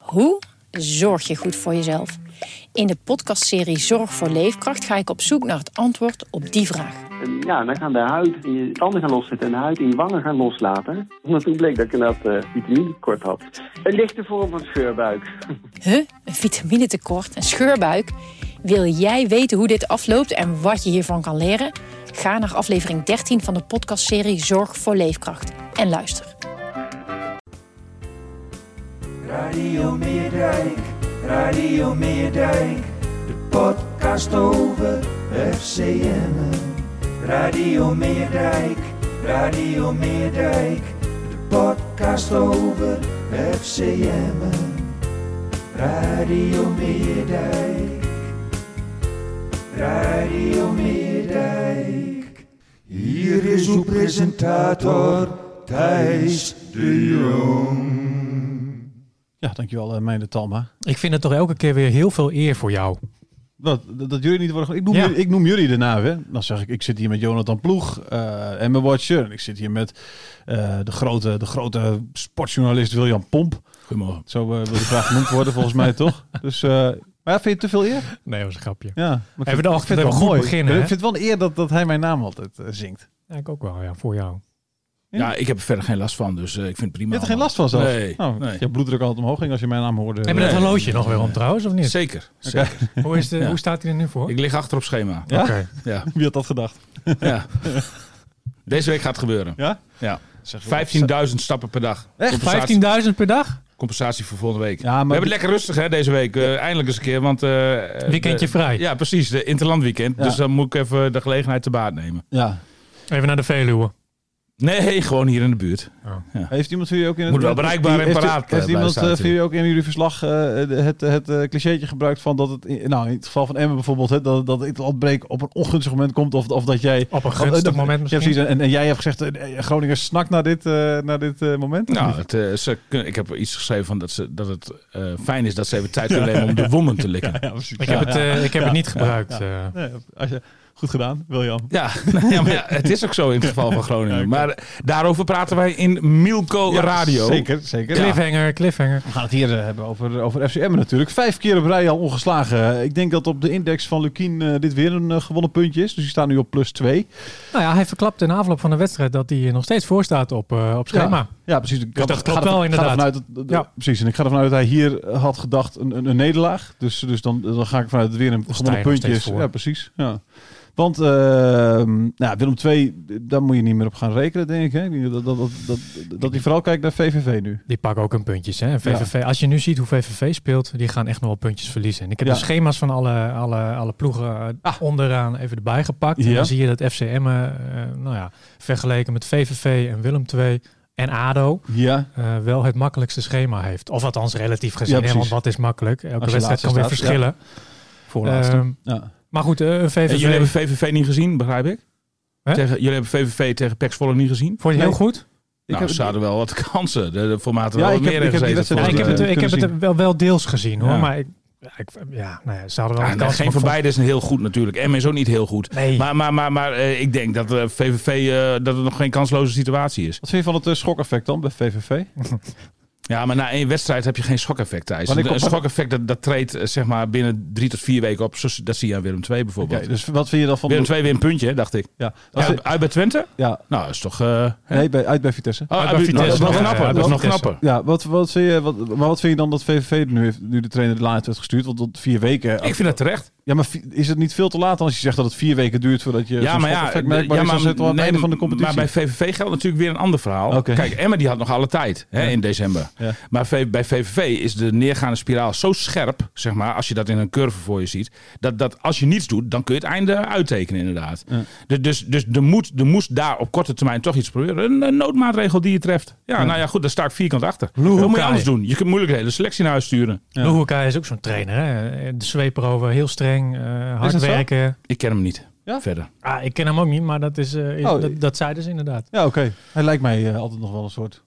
Hoe zorg je goed voor jezelf? In de podcastserie Zorg voor Leefkracht ga ik op zoek naar het antwoord op die vraag. Ja, dan gaan de huid in je tanden gaan loszitten en de huid in je wangen gaan loslaten. Omdat toen bleek dat ik inderdaad vitaminetekort had. Een lichte vorm van scheurbuik. Een vitaminetekort, een scheurbuik? Wil jij weten hoe dit afloopt en wat je hiervan kan leren? Ga naar aflevering 13 van de podcastserie Zorg voor Leefkracht en luister. Radio Meerdijk, Radio Meerdijk, de podcast over FCM. Radio Meerdijk, Radio Meerdijk, de podcast over FCM. Radio Meerdijk, Radio Meerdijk. Hier is uw presentator Thijs de Jong. Ja, dankjewel, Meijne Talma. Ik vind het toch elke keer weer heel veel eer voor jou. Dat jullie niet worden... Ik noem jullie de naam, hè. Dan zeg ik zit hier met Jonathan Ploeg, Emma Watcher. En ik zit hier met de grote sportjournalist William Pomp. Goedemorgen. Zo wil je graag genoemd worden, volgens mij, toch? Dus, maar ja, vind je het te veel eer? Nee, dat was een grapje. Ja, Ik vind het wel goed mooi beginnen. Ik vind het wel een eer dat hij mijn naam altijd zingt. Ja, ik ook wel, ja, voor jou. Ja, ik heb er verder geen last van, dus ik vind het prima. Je hebt er geen last van zelfs? Nee. Je bloeddruk altijd omhoog ging als je mijn naam hoorde. Heb je dat horloge nog weer om trouwens, of niet? Zeker. Hoe staat hij er nu voor? Ik lig achter op schema. Ja? Okay. Ja. Wie had dat gedacht? Ja. Deze week gaat het gebeuren. Ja? Ja. Zeg 15.000 stappen per dag. Echt? 15.000 per dag? Compensatie voor volgende week. Ja, maar we hebben het lekker rustig hè, deze week. Eindelijk eens een keer. Want, weekendje vrij. Ja, precies. De interlandweekend. Ja. Dus dan moet ik even de gelegenheid te baat nemen. Ja. Even naar de Veluwe. Nee, gewoon hier in de buurt. Oh. Ja. Heeft iemand voor jullie ook in het... Moet wel bereikbaar en paraat. Heeft iemand voor jullie ook in jullie verslag het clichétje gebruikt van dat het... in het geval van Emmen bijvoorbeeld, hè, dat het interlandbreek op een ongunstig moment komt of dat jij... Op een gunstig moment misschien. Ja, precies. En jij hebt gezegd, Groningen snakt naar dit moment? Nou, ik heb iets geschreven van dat het fijn is dat ze even tijd kunnen nemen om de wonden te likken. Ja, precies. Ik heb het niet gebruikt. Nee, goed gedaan, William. Ja, maar het is ook zo in het geval van Groningen. Ja, maar daarover praten wij in Milko Radio. Zeker. Cliffhanger. We gaan het hier hebben over FCM natuurlijk. 5 keer op rij al ongeslagen. Ik denk dat op de index van Lukien dit weer een gewonnen puntje is. Dus die staan nu op +2. Nou ja, hij verklapt in de afloop van de wedstrijd dat hij nog steeds voor staat op schema. Ja, precies. Dus dat klopt wel inderdaad. Precies. En ik ga ervan uit dat hij hier had gedacht een nederlaag. Dus dan ga ik vanuit het weer een gewonnen puntje is. Ja, precies. Ja. Want Willem II, daar moet je niet meer op gaan rekenen, denk ik. Hè? Dat hij vooral kijkt naar VVV nu. Die pakken ook een puntjes. Hè? VVV, als je nu ziet hoe VVV speelt, die gaan echt nog wel puntjes verliezen. En ik heb de schema's van alle ploegen onderaan even erbij gepakt. En dan zie je dat FCM, vergeleken met VVV en Willem II en ADO wel het makkelijkste schema heeft. Of althans relatief gezien, hè? Want wat is makkelijk? Elke wedstrijd kan weer verschillen. Voorlaatste. Maar goed, VVV... Jullie hebben VVV niet gezien, begrijp ik? Jullie hebben VVV tegen PEC Zwolle niet gezien? Vond je heel goed? Ze hadden wel wat kansen. De formaten wel meer in gezeten. Ik heb het wel deels gezien, hoor. Ja. Maar ze hadden wel een kans. Geen van beide is een heel goed natuurlijk. Emmen is ook niet heel goed. Nee. Maar ik denk dat VVV dat het nog geen kansloze situatie is. Wat vind je van het schokeffect dan bij VVV? Ja, maar na 1 wedstrijd heb je geen schokeffect, Thijs. Een schokeffect dat treedt zeg maar binnen 3 tot 4 weken op. Dat zie je aan Willem II bijvoorbeeld. Okay, dus wat vind je dan van... Willem II weer een puntje, dacht ik. Ja. Uit bij Twente? Ja. Nou, dat is toch... uit bij Vitesse. Uit bij Vitesse. Dat is nog knapper. Dat is nog knapper. Ja, wat vind je dan dat VVV nu de trainer de laan heeft gestuurd? Want tot 4 weken... Ik vind dat terecht. Ja, maar is het niet veel te laat als je zegt dat het 4 weken duurt voordat je zo'n schokeffect merkbaar is? Dan zitten we aan het einde van de competitie. Maar bij VVV geldt natuurlijk weer een ander verhaal. Okay. Kijk, Emmen die had nog alle tijd in december. Ja. Maar bij VVV is de neergaande spiraal zo scherp, zeg maar, als je dat in een curve voor je ziet, dat als je niets doet, dan kun je het einde uittekenen inderdaad. Ja. Dus er moest daar op korte termijn toch iets proberen. Een noodmaatregel die je treft. Ja, nou ja, goed, daar sta ik vierkant achter. Wat moet je anders doen? Je kunt moeilijk de hele selectie naar huis sturen. Luhukai is ook zo'n trainer, hè? De zweep erover, heel streng. Hard werken. Ik ken hem niet. Ja? Verder. Ik ken hem ook niet, maar dat zeiden ze inderdaad. Ja, oké. Hij lijkt mij altijd nog wel een soort...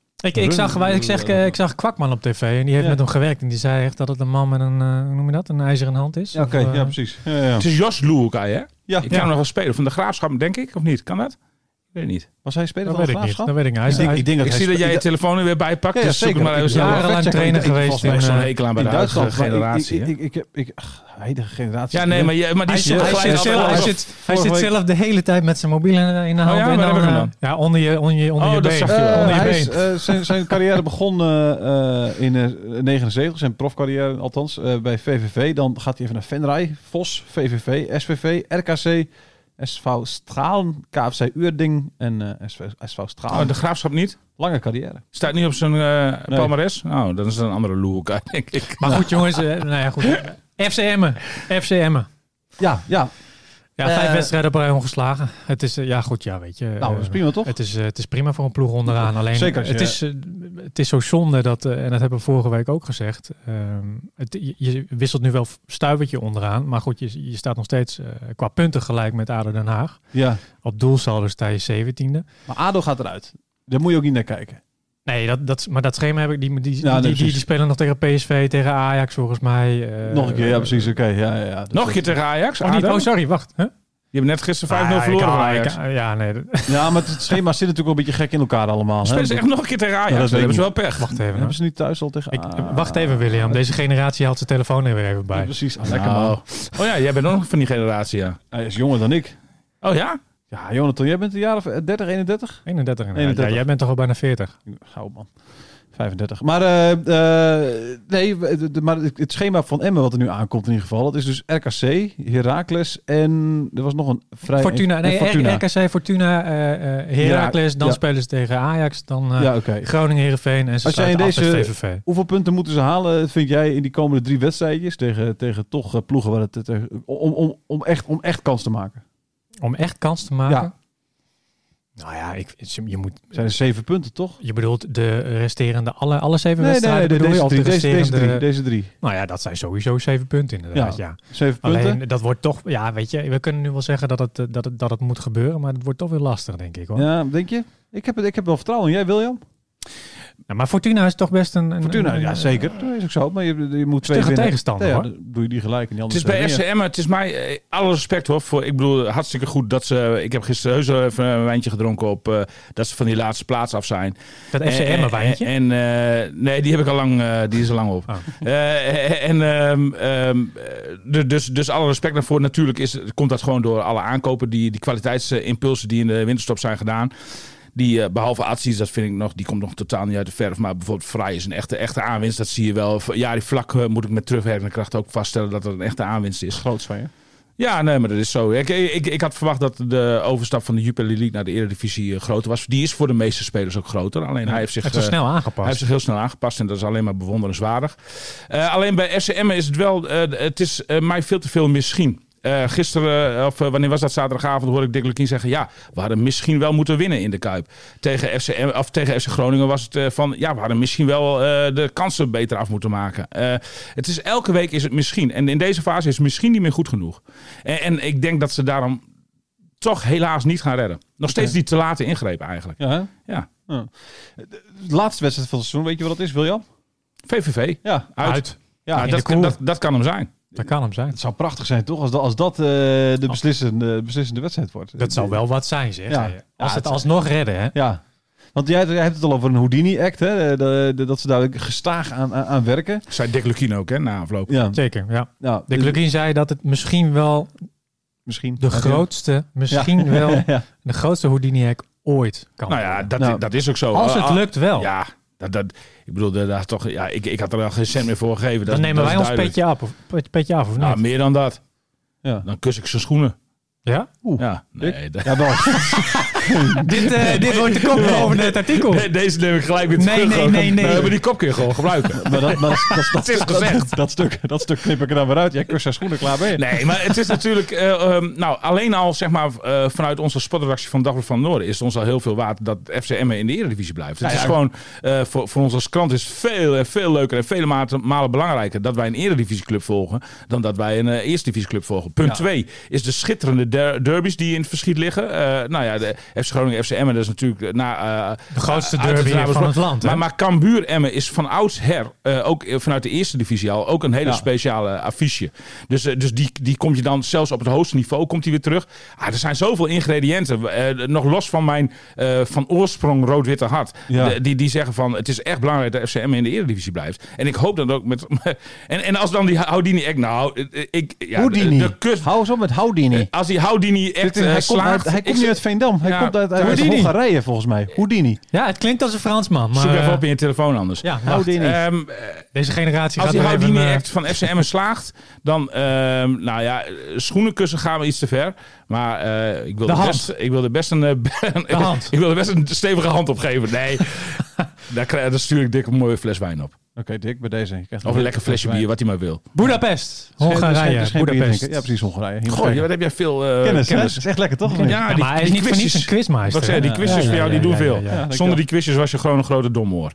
Ik zag Kwakman op tv en die heeft met hem gewerkt. En die zei echt dat het een man met een, hoe noem je dat, een ijzeren hand is. Ja, ja precies. Ja. Het is Jos Luhukai, hè? Ja. Ik kan hem nog wel spelen. Van de Graafschap, denk ik, of niet? Kan dat? Weet niet. Was hij speler van de Graafschap? Dat weet ik niet. Ik zie dat jij je telefoon er weer bij pakt. Ja, dus zeker. Maar even jarenlang trainer geweest in zo'n hekel aan bij de Duitsland generatie. Huidige generatie. Ja, nee, maar die hij zit zelf de hele tijd met zijn mobiel in de hand. Ja, onder je been. Zijn carrière begon in 79, zijn profcarrière althans, bij VVV. Dan gaat hij even naar Venray, Vos, VVV, SVV, RKC, SV Stralen, KFC Uerding en SV Stralen. De Graafschap niet? Lange carrière. Staat niet op zijn palmares? Nou, dan is dat een andere loer, denk ik. Maar goed, jongens. goed. FC Emmen. Ja. Ja, 5 wedstrijden op rij ongeslagen. Het is, weet je. Nou, dat is prima toch? Het is prima voor een ploeg onderaan. Alleen, zeker. Het is zo zonde dat, en dat hebben we vorige week ook gezegd. Je wisselt nu wel stuivertje onderaan. Maar goed, je staat nog steeds qua punten gelijk met ADO Den Haag. Ja. Op doelsaldo sta je 17e. Maar ADO gaat eruit. Daar moet je ook niet naar kijken. Nee, maar dat schema heb ik. Die spelen nog tegen PSV, tegen Ajax volgens mij. Nog een keer, ja precies. Oké. Ja. Nog een keer tegen Ajax? Sorry, wacht. Huh? Je hebt net gisteren 5-0 verloren van Ajax. Ja, maar het schema zit natuurlijk wel een beetje gek in elkaar allemaal. Spelen ze echt nog een keer tegen Ajax? Dat hebben ze wel pech. Wacht even. Hebben ze niet thuis al tegen wacht even, William. Deze generatie haalt zijn telefoon er weer even bij. Ja, precies. Lekker man. Oh ja, jij bent ook nog van die generatie, ja. Hij is jonger dan ik. Oh ja? Ja, Jonathan, jij bent een jaar of 30, 31? 31. Ja, jij bent toch al bijna 40? Gauw man. 35. Maar, maar het schema van Emmen wat er nu aankomt in ieder geval. Dat is dus RKC, Heracles en er was nog een vrij... Fortuna. RKC, Fortuna, Heracles. Dan spelen ze tegen Ajax. Dan Groningen, Heerenveen en ze sluiten af met VVV. Hoeveel punten moeten ze halen, vind jij, in die komende 3 wedstrijdjes tegen toch ploegen waar het om echt kans te maken? Om echt kans te maken? Ja. Nou ja, je moet... Zijn er 7 punten, toch? Je bedoelt de resterende alle 7 wedstrijden? Deze 3. Nou ja, dat zijn sowieso 7 punten inderdaad, ja. 7 punten. Alleen, dat wordt toch... Ja, weet je, we kunnen nu wel zeggen dat het moet gebeuren, maar het wordt toch weer lastig, denk ik, hoor. Ja, denk je? Ik heb wel vertrouwen in jij, William. Ja, maar Fortuna is toch best een Fortuna, ja zeker. Dat is ook zo. Maar je moet 2 winnen. Tegenstander, hoor. Dan doe je die gelijk. En die het is bij FCM, het is mij alle respect hoor. Ik bedoel, hartstikke goed dat ze... Ik heb gisteren heus even een wijntje gedronken op dat ze van die laatste plaats af zijn. Dat FCM een wijntje? Nee, die heb ik al lang. Die is al lang op. Oh. Dus alle respect daarvoor. Natuurlijk komt dat gewoon door alle aankopen, die kwaliteitsimpulsen die in de winterstop zijn gedaan. Die, behalve Atsies, dat vind ik nog, die komt nog totaal niet uit de verf. Maar bijvoorbeeld Vrij is een echte aanwinst. Dat zie je wel. Ja, die vlak moet ik met terugwerkende kracht ook vaststellen dat het een echte aanwinst is. Groots van je? Ja, nee, maar dat is zo. Ik had verwacht dat de overstap van de Jupiler League naar de Eredivisie groter was. Die is voor de meeste spelers ook groter. Alleen hij heeft zich snel aangepast. Hij heeft zich heel snel aangepast en dat is alleen maar bewonderenswaardig. Alleen bij FCM is het wel, het is mij veel te veel misschien. Gisteren, of wanneer was dat, zaterdagavond, hoorde ik Dick Lukien zeggen... ja, we hadden misschien wel moeten winnen in de Kuip. Tegen FC Groningen was het van... ja, we hadden misschien wel de kansen beter af moeten maken. Het is elke week is het misschien. En in deze fase is het misschien niet meer goed genoeg. En ik denk dat ze daarom toch helaas niet gaan redden. Nog steeds die te late ingrepen eigenlijk. Ja. De laatste wedstrijd van het seizoen, weet je wat dat is, William? VVV. Ja, uit. Ja, dat kan hem zijn. Dat kan hem zijn. Het zou prachtig zijn, toch? Als dat de beslissende wedstrijd wordt. Dat zou wel wat zijn, zeg. Ja. Als het alsnog redden, hè? Ja. Want jij hebt het al over een Houdini-act, hè? Dat ze daar gestaag aan werken. Zei Dick Lukien ook, hè? Na afloop. Ja. Zeker, ja. Dick Lukien zei dat het misschien wel de grootste Houdini-act ooit kan. Nou ja, dat is ook zo. Als het lukt wel. Ja. Ik bedoel, daar toch, ja, ik had er wel geen cent meer voor gegeven. Dan nemen wij ons petje af, of niet? Meer dan dat. Ja. Dan kus ik zijn schoenen. Ja? Ja. Nee, ja, wel. Dit wordt de kop over het artikel. Nee, deze neem ik gelijk weer terug. Nee. Maar die kop kun je gewoon gebruiken. Dat stuk knip ik er dan weer uit. Jij kust zijn schoenen, klaar ben je. Nee, maar het is natuurlijk... alleen al zeg maar vanuit onze sportredactie van Dagblad van het Noorden... is het ons al heel veel waard dat FCM in de Eredivisie blijft. Het is gewoon... voor ons als krant is veel leuker en vele malen belangrijker... dat wij een Eredivisieclub volgen... dan dat wij een Eerste Divisieclub volgen. Punt 2 is de schitterende derbies die in het verschiet liggen. De FC Groningen, FC Emmen, dat is natuurlijk de grootste derby van het land. Maar Cambuur Emmen is van oudsher, ook vanuit de eerste divisie al, ook een hele speciale affiche. Dus die komt je dan zelfs op het hoogste niveau komt die weer terug. Er zijn zoveel ingrediënten. Nog los van mijn van oorsprong rood-witte hart. Ja. Die zeggen van het is echt belangrijk dat FCM in de Eredivisie blijft. En ik hoop dat ook met... En als dan die Houdini echt... Houdini. Hou eens op met Houdini. Als die Houdini echt slaagt... Hij komt niet uit Veendam. Hij komt uit Hongarije volgens mij. Houdini. Ja, het klinkt als een Fransman. Maar, zoek even op in je telefoon anders. Ja, Houdini. Deze generatie als gaat die Houdini echt van FCM slaagt, dan... schoenenkussen gaan we iets te ver. Maar ik wil er best een stevige hand op geven. Nee, daar stuur ik Dick een mooie fles wijn op. Oké, Dick, bij deze. Of een lekker flesje bier, wat hij maar wil. Budapest, Hongarije. Budapest. Ja, precies, Hongarije. Goh, wat heb jij veel kennis. Dat is echt lekker, toch? Ja, maar hij is niet voor niets een quizmeister. Wat zei die quizjes voor jou, die doen veel. Zonder die quizjes was je gewoon een grote domhoor.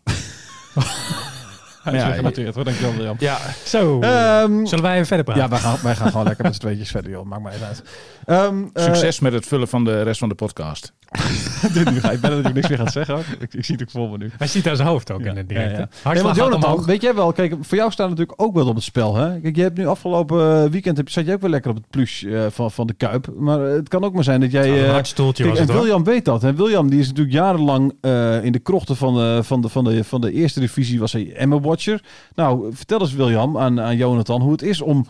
Ja, genoteerd hoor, dankjewel William. Ja. Zo, zullen wij even verder praten? Ja, wij gaan gewoon lekker met z'n tweetjes verder, joh. Maakt mij uit. Succes met het vullen van de rest van de podcast. Nu ga ik ben natuurlijk niks meer gaan zeggen. Ik zie het ook voor me nu. Hij ziet aan zijn hoofd ook in het direct. Ja. Want Jonathan, weet jij wel, kijk, voor jou staat natuurlijk ook wel op het spel. Hè? Kijk, je hebt nu afgelopen weekend zat je ook wel lekker op het plus van de Kuip. Maar het kan ook maar zijn dat jij... een hardstoeltje was het, en William weet dat. En William die is natuurlijk jarenlang in de krochten van de eerste divisie was hij Emmen-watcher. Nou, vertel eens William aan Jonathan hoe het is om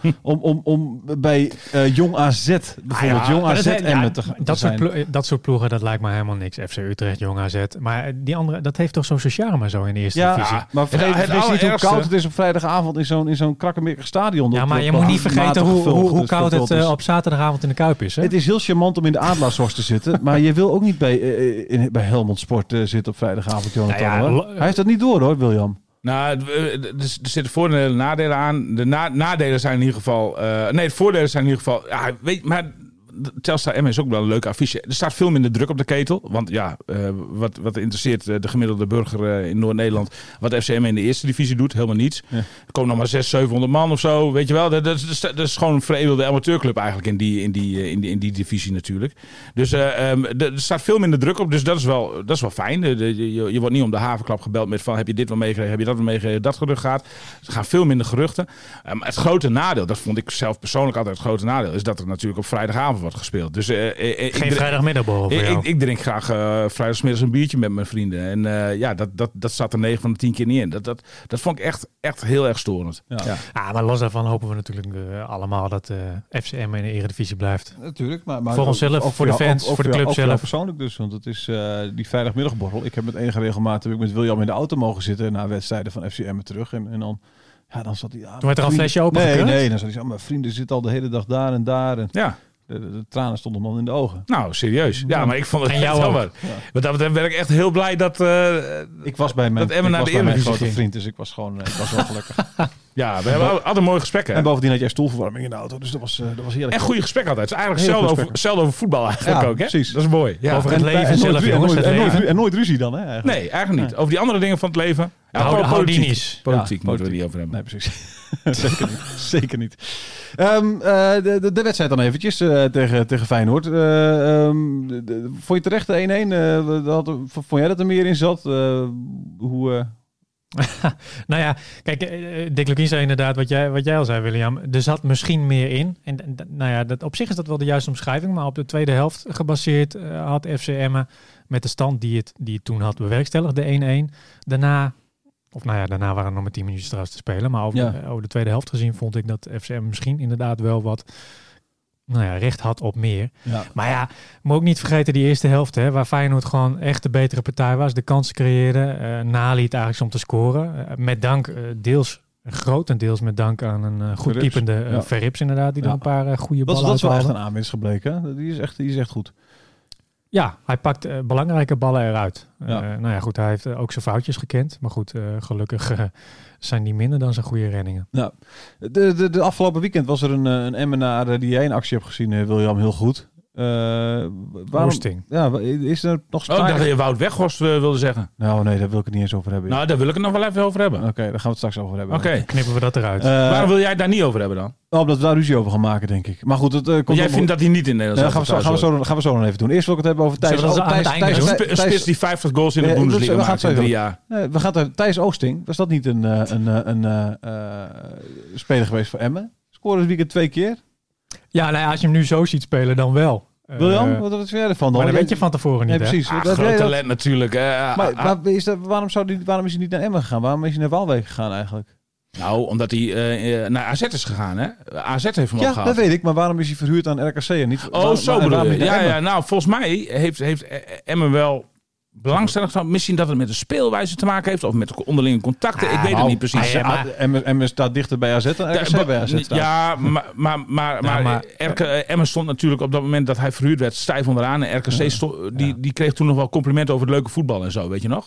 bij Jong AZ bijvoorbeeld, Jong AZ Emmen te zijn. Dat soort ploegen, dat lijkt me helemaal niks. FC Utrecht, Jong AZ. Maar die andere, dat heeft toch zo'n sociaal maar zo in de eerste divisie. Maar vergeet niet hoe koud het is op vrijdagavond in zo'n krakkemikkig stadion. Ja, maar je moet niet vergeten hoe koud het op zaterdagavond in de Kuip is. Hè? Het is heel charmant om in de Adelaarshorst te zitten. Maar je wil ook niet bij Helmond Sport zitten op vrijdagavond, Jonathan. Hoor. Hij heeft dat niet door hoor, William. Nou, er zitten voordelen en nadelen aan. De nadelen zijn in ieder geval... de voordelen zijn in ieder geval... Ja, maar Telstar Emmen is ook wel een leuke affiche. Er staat veel minder druk op de ketel. Want ja, wat interesseert de gemiddelde burger in Noord-Nederland... wat FCM in de eerste divisie doet? Helemaal niets. Ja. Er komen nog maar 600, 700 man of zo. Weet je wel, dat is gewoon een veredelde amateurclub eigenlijk in die divisie natuurlijk. Dus er staat veel minder druk op. Dus dat is wel fijn. Je wordt niet om de havenklap gebeld met van... heb je dit wel meegekregen, heb je dat wel meegekregen, dat gerucht gaat. Er gaan veel minder geruchten. Het grote nadeel, dat vond ik zelf persoonlijk altijd het grote nadeel... is dat er natuurlijk op vrijdagavond wordt gespeeld. Dus, geen vrijdagmiddagborrel voor jou? Ik drink graag vrijdagsmiddags een biertje met mijn vrienden. En dat zat er 9 van de 10 keer niet in. Dat vond ik echt heel erg storend. Ja, maar los daarvan hopen we natuurlijk allemaal dat FCM in de Eredivisie blijft. Natuurlijk. Maar voor onszelf, voor de fans, voor de club zelf. Ook persoonlijk dus, want het is die vrijdagmiddagborrel. Ik heb met enige regelmaat met William in de auto mogen zitten na wedstrijden van FCM terug. En dan... Ja, dan zat hij... Ja, toen werd er een flesje open. Nee, dan zat hij zo. Mijn vrienden zitten al de hele dag daar en daar. En ja. De tranen stonden man in de ogen. Nou, serieus. Ja, maar ik vond het echt jammer. Wat dat betreft ben ik echt heel blij dat... ik was bij mijn grote vriend, dus ik was wel gelukkig. Ja, we hebben altijd mooie gesprekken. En bovendien had jij stoelverwarming in de auto, dus dat was heerlijk. En goede gesprekken altijd. Het is eigenlijk zelden over voetbal eigenlijk ook, hè? Precies. Dat is mooi. Ja. Over het leven zelf, jongens. En nooit ruzie dan, hè? Eigenlijk. Nee, eigenlijk niet. Over die andere dingen van het leven... Politiek moeten we niet over hebben. Nee, precies. Zeker niet. De wedstrijd dan eventjes tegen Feyenoord. Vond je terecht de 1-1? Vond jij dat er meer in zat? Nou ja, kijk, Dick Lukien zei inderdaad wat jij al zei, William. Er zat misschien meer in. En nou ja, op zich is dat wel de juiste omschrijving. Maar op de tweede helft gebaseerd had FC Emmen met de stand die het toen had bewerkstelligd, de 1-1. Daarna waren er nog maar 10 minuutjes trouwens te spelen. Maar over de tweede helft gezien vond ik dat FCM misschien inderdaad wel wat recht had op meer. Ja. Maar ja, moet ook niet vergeten die eerste helft, hè, waar Feyenoord gewoon echt de betere partij was. De kansen creëerde, naliet eigenlijk om te scoren. Met dank grotendeels met dank aan een goed typende Verrips inderdaad, die dan een paar goede ballen uithaalde. Dat is wel echt een aanwinst gebleken. Die is echt goed. Ja, hij pakt belangrijke ballen eruit. Ja. Goed, hij heeft ook zijn foutjes gekend. Maar goed, gelukkig zijn die minder dan zijn goede reddingen. Ja. De afgelopen weekend was er een Emmenaar die jij in actie hebt gezien, William, heel goed. Oosting. Ja, is er nog sprake? Oh, ik dacht dat je Wout Weghorst wilde zeggen. Nou, nee, daar wil ik het niet eens over hebben. Nou, daar wil ik het nog wel even over hebben. Oké, daar gaan we het straks over hebben. Oké. Knippen we dat eruit. Waarom wil jij het daar niet over hebben dan? Omdat we daar ruzie over gaan maken, denk ik. Maar goed, het komt. Jij vindt dat hij niet in Nederland gaan we zo nog even doen. Eerst wil ik het hebben over Thijs. Een spits die 50 goals in de Bundesliga maakt in 3 jaar. We gaan het Thijs Oosting. Was dat niet een speler geweest voor Emmen? Scoorde het weekend 2 keer? Ja, nou ja, als je hem nu zo ziet spelen, dan wel. William, wat is er van? Maar dat weet je van tevoren niet, precies. Groot talent natuurlijk. Maar waarom is hij niet naar Emmen gegaan? Waarom is hij naar Waalwijk gegaan eigenlijk? Nou, omdat hij naar AZ is gegaan, hè? AZ heeft hem opgehaald. Ja, dat weet ik. Maar waarom is hij verhuurd aan RKC en niet... Zo bedoel je. Ja, nou, volgens mij heeft Emmen wel belangstelling gehad. Misschien dat het met de speelwijze te maken heeft of met onderlinge contacten. Ik weet het niet precies. Emmen staat dichter bij AZ dan RKC bij AZ staat. Ja, maar Emmen stond natuurlijk op dat moment dat hij verhuurd werd stijf onderaan. En RKC die kreeg toen nog wel complimenten over het leuke voetbal en zo, weet je nog?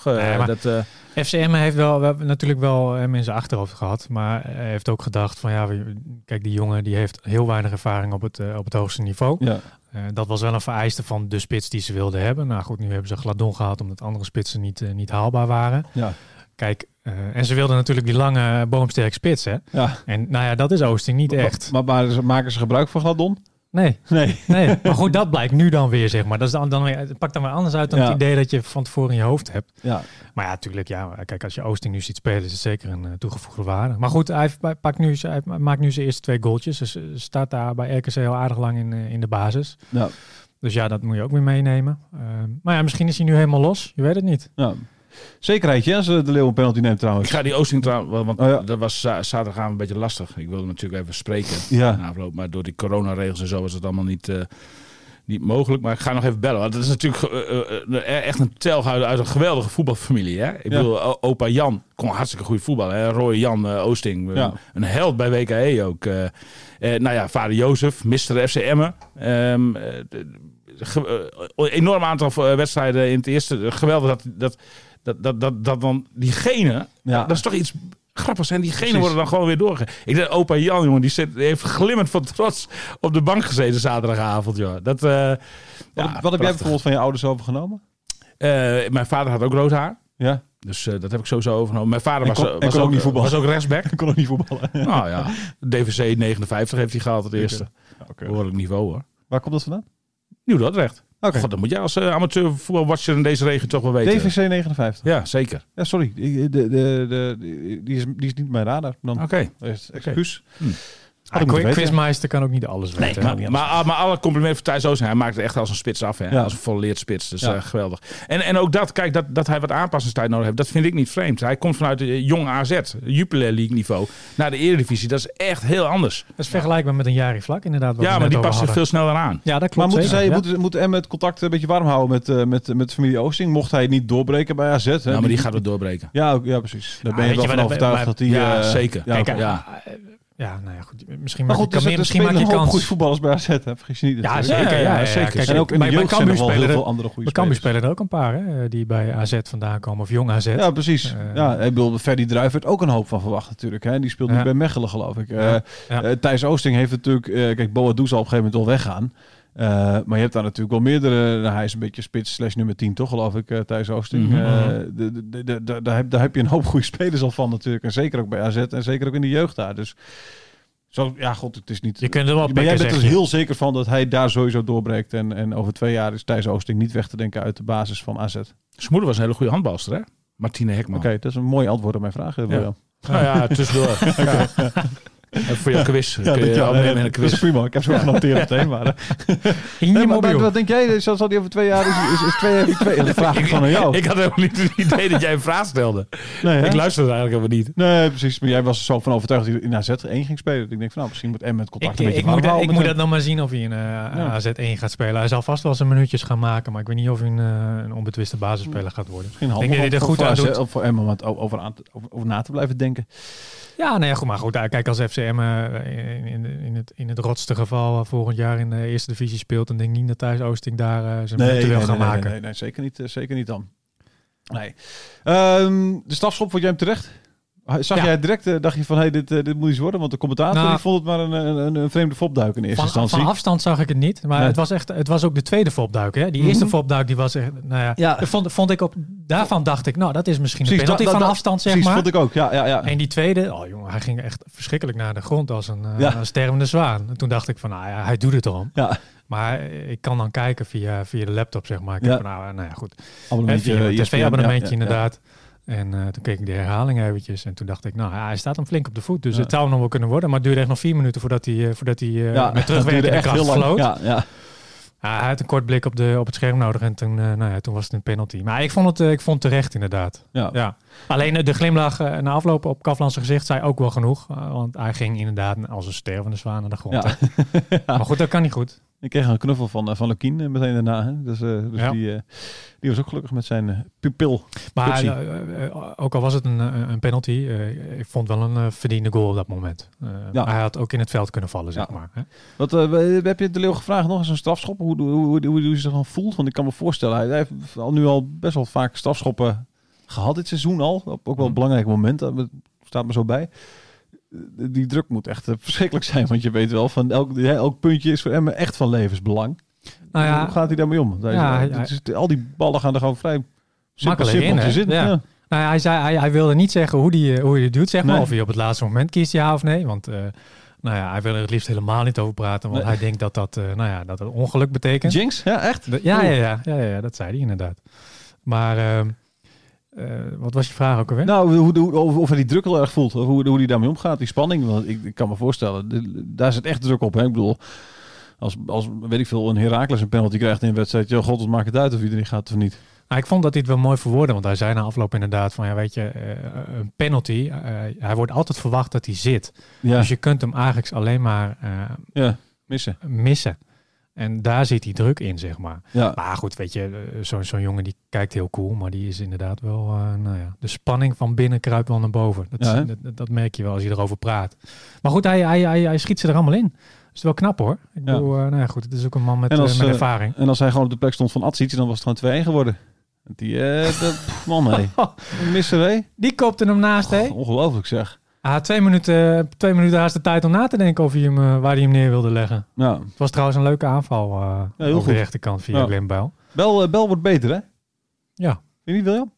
FC Emmen heeft natuurlijk wel hem in zijn achterhoofd gehad. Maar hij heeft ook gedacht van ja, kijk, die jongen die heeft heel weinig ervaring op het hoogste niveau. Ja. Dat was wel een vereiste van de spits die ze wilden hebben. Nou goed, nu hebben ze Gladon gehad omdat andere spitsen niet haalbaar waren. Ja. Kijk, en ze wilden natuurlijk die lange boomsterk spits, hè? Ja. En nou ja, dat is Oosting niet echt. Maar maken ze gebruik van Gladon? Nee. Maar goed, dat blijkt nu dan weer, zeg maar. Dat is dan weer, het pakt dan weer anders uit dan het idee dat je van tevoren in je hoofd hebt. Ja. Maar ja, natuurlijk, kijk, als je Oosting nu ziet spelen, is het zeker een toegevoegde waarde. Maar goed, hij maakt nu zijn eerste 2 goaltjes. Dus staat daar bij RKC al aardig lang in de basis. Ja. Dus ja, dat moet je ook weer meenemen. Maar ja, misschien is hij nu helemaal los. Je weet het niet. Ja. Zekerheidje als de Leeuw een penalty neemt trouwens. Ik ga die Oosting trouwens, want dat was zaterdagavond een beetje lastig. Ik wilde natuurlijk even spreken na afloop, maar door die coronaregels en zo was het allemaal niet mogelijk. Maar ik ga nog even bellen. Want het is natuurlijk echt een telg uit een geweldige voetbalfamilie. Hè? Ik bedoel, opa Jan kon hartstikke goed voetballen. Hè? Roy Jan Oosting, een held bij WKE ook. Nou ja, vader Jozef, Mr. FC Emmen. Enorm aantal wedstrijden in het eerste. Geweldig dat dan die genen, dat is toch iets grappigs. En die genen worden dan gewoon weer doorgegeven. Ik denk, opa Jan, jongen, die heeft glimmend van trots op de bank gezeten zaterdagavond. Joh. Wat heb jij bijvoorbeeld van je ouders overgenomen? Mijn vader had ook rood haar. Ja. Dus dat heb ik sowieso overgenomen. Mijn vader was ook rechtsback. Ik kon ook niet voetballen. Nou ja, DVC 59 heeft hij gehaald het eerste. Behoorlijk niveau hoor. Waar komt dat vandaan? Nieuw-Dordrecht. Okay. God, dat moet jij als amateur voetbalwatcher in deze regio toch wel weten. DVC 59? Ja, zeker. Ja, sorry. Die is niet mijn radar. Oké. Excuus. Quizmeister kan ook niet alles weten. Nee, maar alle complimenten voor Thijs Oosting. Hij maakt het echt als een spits af. Hè? Ja. Als een volleerd spits. Dus geweldig. En ook dat hij wat aanpassingstijd nodig heeft. Dat vind ik niet vreemd. Hij komt vanuit de jonge AZ. Jupiler League niveau. Naar de Eredivisie. Dat is echt heel anders. Dat is vergelijkbaar met een Jari Vlak inderdaad. Maar die past zich veel sneller aan. Ja, dat klopt. Maar moeten Emmen het contact een beetje warm houden met familie Oosting? Mocht hij niet doorbreken bij AZ? Hè? Maar die gaat het doorbreken. Ja, precies. Daar ben je wel van overtuigd dat hij... Ja, zeker. Ja, nou ja, goed. Misschien maak je kans. Goede voetballers bij AZ, hè? Vergis je niet. Ja, zeker. Ja, zeker. Kijk, en ook in de jeugd zijn er wel heel veel andere goede spelers. spelen er ook een paar, hè, die bij AZ vandaan komen. Of jong AZ. Ja, precies. Ik bedoel, Ferdy Druijf werd ook een hoop van verwacht natuurlijk. Hè? Die speelt nu bij Mechelen, geloof ik. Thijs Oosting heeft natuurlijk... kijk, Boadu zal op een gegeven moment wel weggaan. Maar je hebt daar natuurlijk wel meerdere... hij is een beetje spits / nummer 10, toch, geloof ik, Thijs Oosting. Daar heb je een hoop goede spelers al van natuurlijk. En zeker ook bij AZ en zeker ook in de jeugd daar. Dus zo, ja, god, het is niet... Je kunt er wel maar jij bent er heel zeker van dat hij daar sowieso doorbreekt. En over 2 jaar is Thijs Oosting niet weg te denken uit de basis van AZ. Zijn moeder was een hele goede handbalster, hè? Martine Hekman. Oké, dat is een mooi antwoord op mijn vraag. Ja. Nou ja, tussendoor. Voor jouw quiz. Ja, dat is prima. Ik heb zo genoteerd meteen. Maar wat denk jij? Zal die over 2 jaar is 2 jaar? Dat vraag ik gewoon aan jou. Ik had helemaal niet het idee dat jij een vraag stelde. Nee, ik luisterde eigenlijk helemaal niet. Nee, precies. Maar jij was er zo van overtuigd dat hij in AZ 1 ging spelen. Ik denk van misschien moet Emmen het contact een beetje warm houden. Ik moet dat nog maar zien of hij in AZ 1 gaat spelen. Hij zal vast wel zijn minuutjes gaan maken. Maar ik weet niet of hij een onbetwiste basisspeler gaat worden. Misschien handig goed aan doet. Voor Emmen om over na te blijven denken. Ja, nee, goed, maar goed. Kijk, als FCM in het rotste geval volgend jaar in de eerste divisie speelt, dan denk ik niet dat Thijs Oosting daar zijn punten wil gaan maken. Nee, zeker niet dan. Nee. De strafschop, vond jij hem terecht? Zag jij direct, dacht je van, dit moet iets worden? Want de commentator die vond het maar een vreemde fopduik in eerste instantie. Van afstand zag ik het niet. Maar het was ook de tweede fopduik. Hè? Die eerste fopduik, die was echt, vond ik daarvan dacht ik, dat is misschien een penalty van afstand, zeg maar. Vond ik ook, ja. En die tweede, jongen, hij ging echt verschrikkelijk naar de grond als een stervende zwaan. En toen dacht ik van, hij doet het erom. Ja. Maar ik kan dan kijken via de laptop, zeg maar. Ik heb goed. TV-abonnementje inderdaad. En toen keek ik de herhaling eventjes. En toen dacht ik, hij staat hem flink op de voet. Dus het zou nog wel kunnen worden. Maar het duurde echt nog 4 minuten voordat hij met terugwerkende kracht floot. Ja. Hij had een kort blik op het scherm nodig. En toen was het een penalty. Maar ik vond het terecht inderdaad. Ja. Alleen de glimlach na afloop op Kavlands gezicht zei ook wel genoeg. Want hij ging inderdaad als een stervende zwaan naar de grond. Ja. Maar goed, dat kan niet goed. Ik kreeg een knuffel van Lukien meteen daarna. Hè? Dus die was ook gelukkig met zijn pupil. Maar ook al was het een penalty, ik vond wel een verdiende goal op dat moment. Hij had ook in het veld kunnen vallen, zeg maar. Hè? Wat heb je de Leeuw gevraagd nog eens een strafschop? Hoe hij zich dan voelt? Want ik kan me voorstellen, hij heeft nu al best wel vaak strafschoppen gehad dit seizoen al. Ook wel een belangrijk moment. Dat staat me zo bij. Die druk moet echt verschrikkelijk zijn. Want je weet wel, van elk puntje is voor Emmen echt van levensbelang. Hoe gaat hij daarmee om? Al die ballen gaan er gewoon vrij makkelijk in zitten. Ja. Ja. Hij zei, hij wilde niet zeggen hoe hij het doet, zeg maar. Nee. Of hij op het laatste moment kiest, ja of nee. Want hij wil er het liefst helemaal niet over praten. Want hij denkt dat het ongeluk betekent. Jinx? Ja, echt? Ja, dat zei hij inderdaad. Maar... wat was je vraag ook alweer? Nou, of hij die druk heel erg voelt. Of hoe hij daarmee omgaat. Die spanning. Want ik kan me voorstellen. Daar zit echt druk op. Hè? Ik bedoel, als weet ik veel, een Heracles een penalty krijgt in een wedstrijd. Ja, god, het maakt het uit of hij erin gaat of niet. Ik vond dat hij het wel mooi verwoordde. Want hij zei na afloop inderdaad van, een penalty. Hij wordt altijd verwacht dat hij zit. Ja. Dus je kunt hem eigenlijk alleen maar missen. En daar zit die druk in, zeg maar. Ja. Maar goed, weet je, zo'n jongen die kijkt heel cool. Maar die is inderdaad wel, de spanning van binnen kruipt wel naar boven. Dat merk je wel als je erover praat. Maar goed, hij schiet ze er allemaal in. Dat is wel knap hoor. Ik bedoel, het is ook een man met ervaring. En als hij gewoon op de plek stond van Atsic, dan was het gewoon 2-1 geworden. Missen we. Die kopte hem naast, hè? Ongelooflijk zeg. 2 minuten haast de tijd om na te denken of hij waar hij hem neer wilde leggen. Ja. Het was trouwens een leuke aanval over de rechterkant via Glenn Bijl. Bel wordt beter, hè? Ja. Vind je niet, William?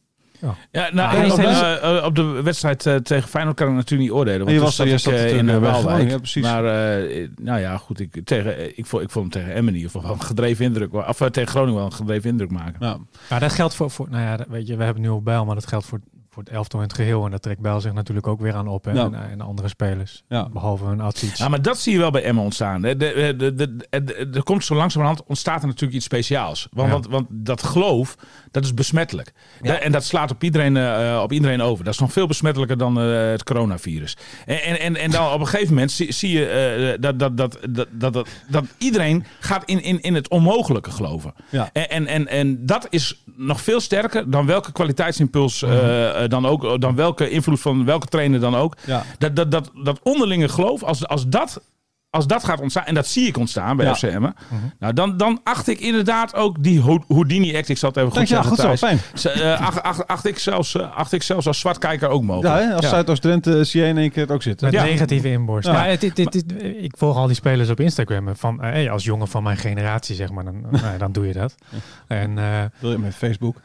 Op de wedstrijd tegen Feyenoord kan ik natuurlijk niet oordelen. Want je was in Waalwijk. Ja, precies. Maar goed, ik vond hem tegen Emmen in ieder geval een gedreven indruk. Of tegen Groningen wel een gedreven indruk maken. Ja, dat geldt voor weet je, we hebben nu ook Bijl, maar dat geldt voor het elftal in het geheel. En dat trekt Bijl zich natuurlijk ook weer aan op. En andere spelers. Ja. Behalve een Atsic. Ja, maar dat zie je wel bij Emmen ontstaan. Er komt zo langzamerhand ontstaat er natuurlijk iets speciaals. Want dat geloof, dat is besmettelijk. Ja. En dat slaat op iedereen over. Dat is nog veel besmettelijker dan het coronavirus. En dan op een gegeven moment zie je dat iedereen gaat in het onmogelijke geloven. Ja. En dat is nog veel sterker dan welke kwaliteitsimpuls dan welke invloed van welke trainer dan ook. Ja. Dat onderlinge geloof, als dat gaat ontstaan, en dat zie ik ontstaan bij FC Emmen, dan acht ik inderdaad ook die Houdini-act, ik zal het even goed zeggen. Goed zo, fijn. Acht ik zelfs als zwartkijker ook mogelijk. Ja, als Zuidoost-Drenthe zie je in één keer het ook zitten. Met negatieve inborst. Ja. Maar ik volg al die spelers op Instagram van, als jongen van mijn generatie, zeg maar, dan doe je dat. En, wil je met Facebook?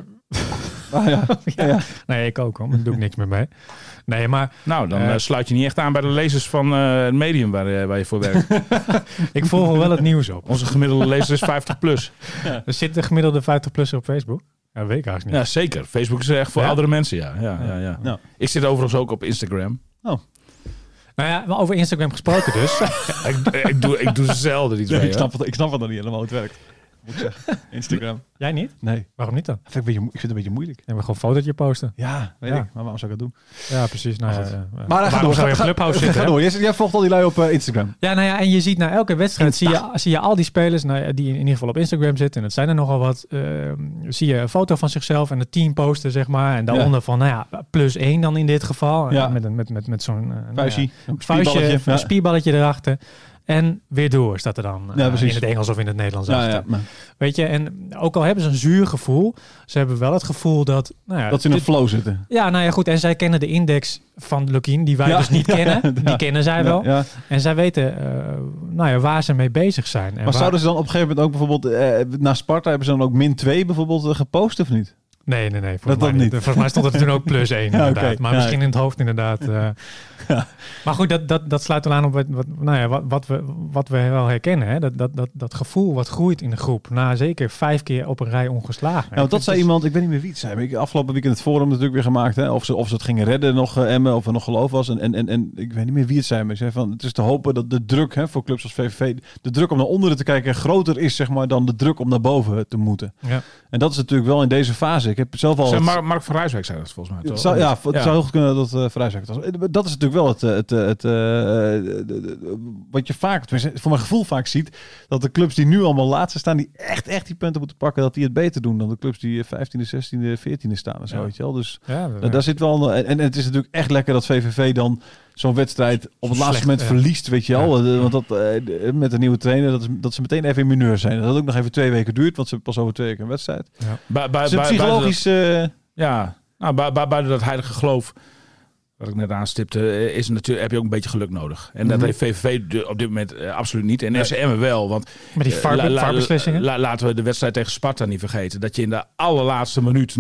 Nee, ik ook, daar doe ik niks meer mee. Nee, maar... Nou, dan sluit je niet echt aan bij de lezers van het medium waar je voor werkt. Ik volg wel het nieuws op. Onze gemiddelde lezer is 50 plus. Ja. Er zit de gemiddelde 50 plus op Facebook? Ja, weet ik eigenlijk niet. Ja, zeker. Facebook is echt voor oudere mensen, ja. Nou. Ik zit overigens ook op Instagram. Oh. Nou ja, maar over Instagram gesproken dus. ik doe ze zelden iets mee. Ik snap het nog niet helemaal hoe het werkt. Moet ik zeggen. Instagram. Jij niet? Nee. Waarom niet dan? Ik vind het een beetje moeilijk. En we gewoon een fotootje posten. Ja, weet ik. Maar waarom zou ik dat doen? Ja, precies. Nou, maar waarom zou je op Clubhouse zitten? Ga door. Jij volgt al die lui op Instagram. Ja, nou ja, en je ziet na elke wedstrijd zie je al die spelers die in ieder geval op Instagram zitten. En dat zijn er nogal wat. Zie je een foto van zichzelf en het team posten, zeg maar. En daaronder van, +1 dan in dit geval. Ja. Met zo'n vuistje, een spierballetje erachter. En weer door staat er dan in het Engels of in het Nederlands. Weet je, en ook al hebben ze een zuur gevoel, ze hebben wel het gevoel dat... dat ze in een flow zitten. Ja, goed. En zij kennen de index van Lukien, die wij dus niet kennen. Die kennen zij wel. Ja. En zij weten waar ze mee bezig zijn. En maar zouden ze dan op een gegeven moment ook bijvoorbeeld... naar Sparta hebben ze dan ook -2 bijvoorbeeld gepost of niet? Nee. Volgens mij niet. Volgens mij stond er toen ook +1 inderdaad. Okay. Maar misschien in het hoofd inderdaad. Maar goed, dat sluit dan aan op wat we wel herkennen. Hè? Dat gevoel wat groeit in de groep. Na zeker 5 keer op een rij ongeslagen. Ja, want dat zei iemand, ik weet niet meer wie het zei. Maar ik afgelopen weekend het forum natuurlijk weer gemaakt. Hè? Of ze het gingen redden nog Emmen. Of er nog geloof was. En ik weet niet meer wie het zei. Maar zei van, het is te hopen dat de druk voor clubs als VVV... De druk om naar onderen te kijken groter is zeg maar, dan de druk om naar boven te moeten. Ja. En dat is natuurlijk wel in deze fase. Ik heb zelf al... Mark van Rijswijk zei dat volgens mij. Het zou heel goed kunnen dat Van Rijswijk was. Dat is natuurlijk wel wat je vaak, voor mijn gevoel vaak ziet, dat de clubs die nu allemaal laatste staan, die echt die punten moeten pakken, dat die het beter doen dan de clubs die 15e, 16e, 14e staan en zo, weet je wel. Dus daar zit wel en het is natuurlijk echt lekker dat VVV dan zo'n wedstrijd op het laatste moment verliest, weet je wel. Ja. Want dat met een nieuwe trainer, dat ze meteen even in mineur zijn. Dat ook nog even 2 weken duurt, want ze hebben pas over 2 weken een wedstrijd. Ja. Dus psychologisch... buiten dat heilige geloof, wat ik net aanstipte, is natuurlijk, heb je ook een beetje geluk nodig. En dat heeft VVV op dit moment absoluut niet. En FCM wel, want met die VAR-beslissingen. Laten we de wedstrijd tegen Sparta niet vergeten. Dat je in de allerlaatste minuut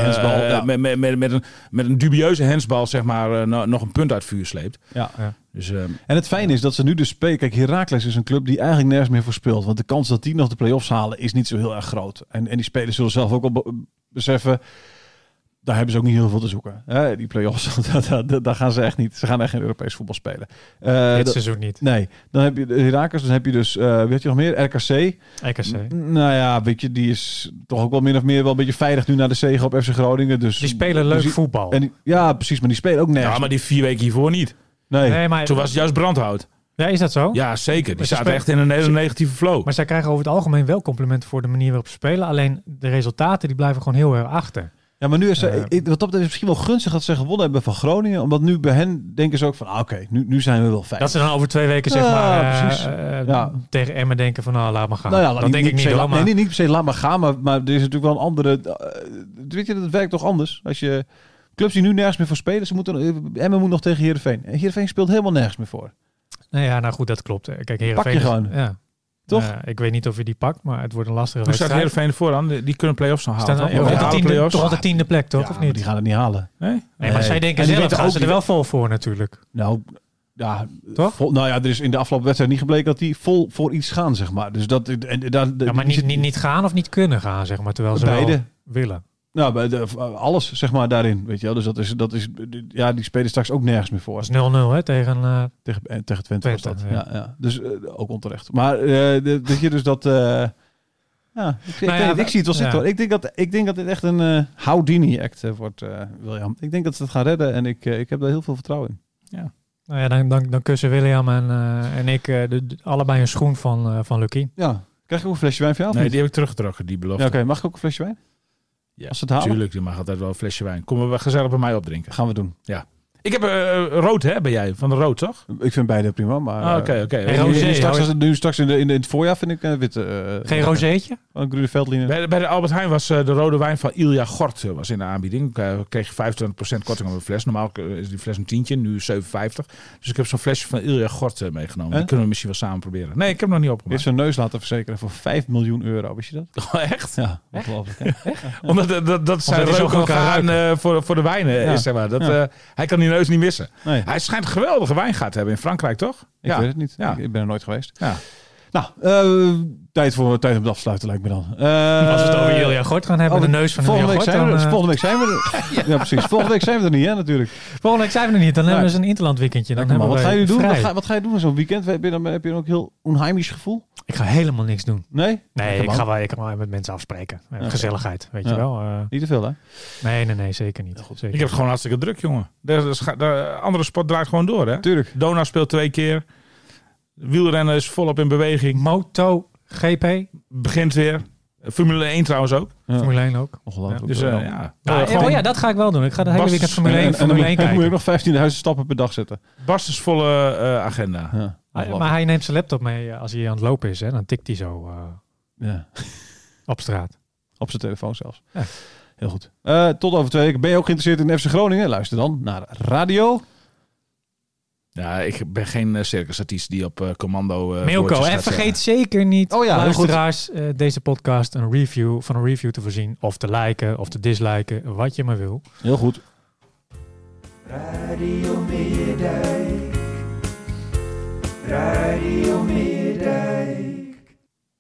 met een dubieuze hensbal zeg maar nog een punt uit vuur sleept. Ja. Dus, en het fijne is dat ze nu dus spelen. Kijk, Heracles is een club die eigenlijk nergens meer voor speelt. Want de kans dat die nog de play-offs halen is niet zo heel erg groot. En die spelers zullen zelf ook al beseffen... Daar hebben ze ook niet heel veel te zoeken. Die play-offs, daar gaan ze echt niet. Ze gaan echt geen Europees voetbal spelen. Dit seizoen niet. Nee. Dan heb je de Heracles, dan heb je dus, weet je nog meer? RKC. Nou ja, weet je, die is toch ook wel min of meer wel een beetje veilig nu naar de zege op FC Groningen. Dus die spelen leuk voetbal. En ja, precies, maar die spelen ook nergens. Ja, maar die 4 weken hiervoor niet. Nee maar toen was het juist brandhout. Ja, is dat zo? Ja, zeker. Die zaten echt in een hele negatieve flow. Maar zij krijgen over het algemeen wel complimenten voor de manier waarop ze spelen. Alleen de resultaten die blijven gewoon heel erg achter. Ja, maar nu is wat dat is misschien wel gunstig dat ze gewonnen hebben van Groningen. Omdat nu bij hen denken ze ook van, oké, nu zijn we wel veilig. Dat ze dan over 2 weken zeg maar tegen Emmen denken van, laat maar gaan. Dat denk ik niet. Niet per se laat maar gaan, maar er is natuurlijk wel een andere... weet je, dat werkt toch anders? Als je clubs die nu nergens meer voor spelen, Emmen moet nog tegen Heerenveen. En Heerenveen speelt helemaal nergens meer voor. Nou goed, dat klopt. Kijk, Heerenveen pak je gewoon. Ja. Toch? Ik weet niet of je die pakt, maar het wordt een lastige wedstrijd. Hoe staat Heerenveen vooraan? Die kunnen play-offs nog halen. Toch al de 10e plek, toch? Of niet? Die gaan het niet halen. Nee, maar zij denken zelf, gaan ze er wel vol voor natuurlijk. Nou, ja, toch? Er is in de afgelopen wedstrijd niet gebleken dat die vol voor iets gaan, zeg maar. Dus maar niet gaan of niet kunnen gaan, zeg maar, terwijl ze wel willen. Nou, alles, zeg maar, daarin, weet je wel. Dus dat is die spelen straks ook nergens meer voor. Dat is 0-0, hè, tegen Twente was dat. Ja. Dus ook onterecht. Maar dat je dus dat... ik zie het wel zitten, hoor. Ik denk dat dit echt een Houdini-act wordt, William. Ik denk dat ze het gaan redden en ik heb daar heel veel vertrouwen in. Ja. Nou ja, dan kussen William en ik allebei een schoen van Lucky. Ja. Krijg ik ook een flesje wijn voor jou? Nee, die heb ik teruggetrokken, die belofte. Ja, oké. Mag ik ook een flesje wijn? Ja, natuurlijk. Je mag altijd wel een flesje wijn. Kom we gezellig bij mij opdrinken. Gaan we doen. Ja. Ik heb rood, hè? Ben jij van de rood, toch? Ik vind beide prima, maar... Oké. Nu straks in het voorjaar vind ik witte... Geen rozeetje? Een groene veldline. Bij de Albert Heijn was de rode wijn van Ilja Gort was in de aanbieding. Kreeg je 25% korting op een fles. Normaal is die fles een tientje, nu 7,50. Dus ik heb zo'n flesje van Ilja Gort meegenomen. Die kunnen we misschien wel samen proberen. Nee, ik heb hem nog niet opgemaakt. Je hebt zijn neus laten verzekeren voor €5 miljoen. Wist je dat? Oh, echt? Ja, ongelooflijk. Echt? Omdat dat zijn reuk voor de wijnen is, zeg maar. Hij kan die neus niet missen. Nee. Hij schijnt geweldige wijn gehad te hebben in Frankrijk, toch? Ik weet het niet. Ja. Ik ben er nooit geweest. Ja. Nou, tijd om het afsluiten lijkt me dan. Als we het over Ilja Gort gaan hebben, de neus van Ilja Gort. Volgende week zijn we er. Ja, precies. Volgende week zijn we er niet, hè, natuurlijk. Volgende week zijn we er niet. Dan hebben we eens een interland weekendje. Wat ga je doen? Wat ga je doen in zo'n weekend? Heb je dan ook heel onheimisch gevoel? Ik ga helemaal niks doen. Nee? Nee, ik kan wel met mensen afspreken. Gezelligheid, weet je wel. Niet te veel, hè? Nee, zeker niet. Goed, zeker. Ik heb het gewoon hartstikke druk, jongen. De andere sport draait gewoon door, hè? Tuurlijk. Dona speelt 2 keer. Wielrennen is volop in beweging. MotoGP begint weer. Formule 1 trouwens ook. Ja. Formule 1 ook. Ongelooflijk. Dus dat ga ik wel doen. Ik ga de hele weekend Formule 1 kijken. En moet je nog 15.000 stappen per dag zetten. Barstensvolle agenda. Ja. Maar hij neemt zijn laptop mee als hij aan het lopen is. Hè? Dan tikt hij zo op straat. Op zijn telefoon zelfs. Ja. Heel goed. Tot over 2 weken. Ben je ook geïnteresseerd in FC Groningen? Luister dan naar radio. Ja, ik ben geen circusartiest die op commando... Milko, en vergeet zeker niet, luisteraars, deze podcast een review te voorzien. Of te liken, of te disliken, wat je maar wil. Heel goed. Radio Meerdijk. Radio Meerdijk.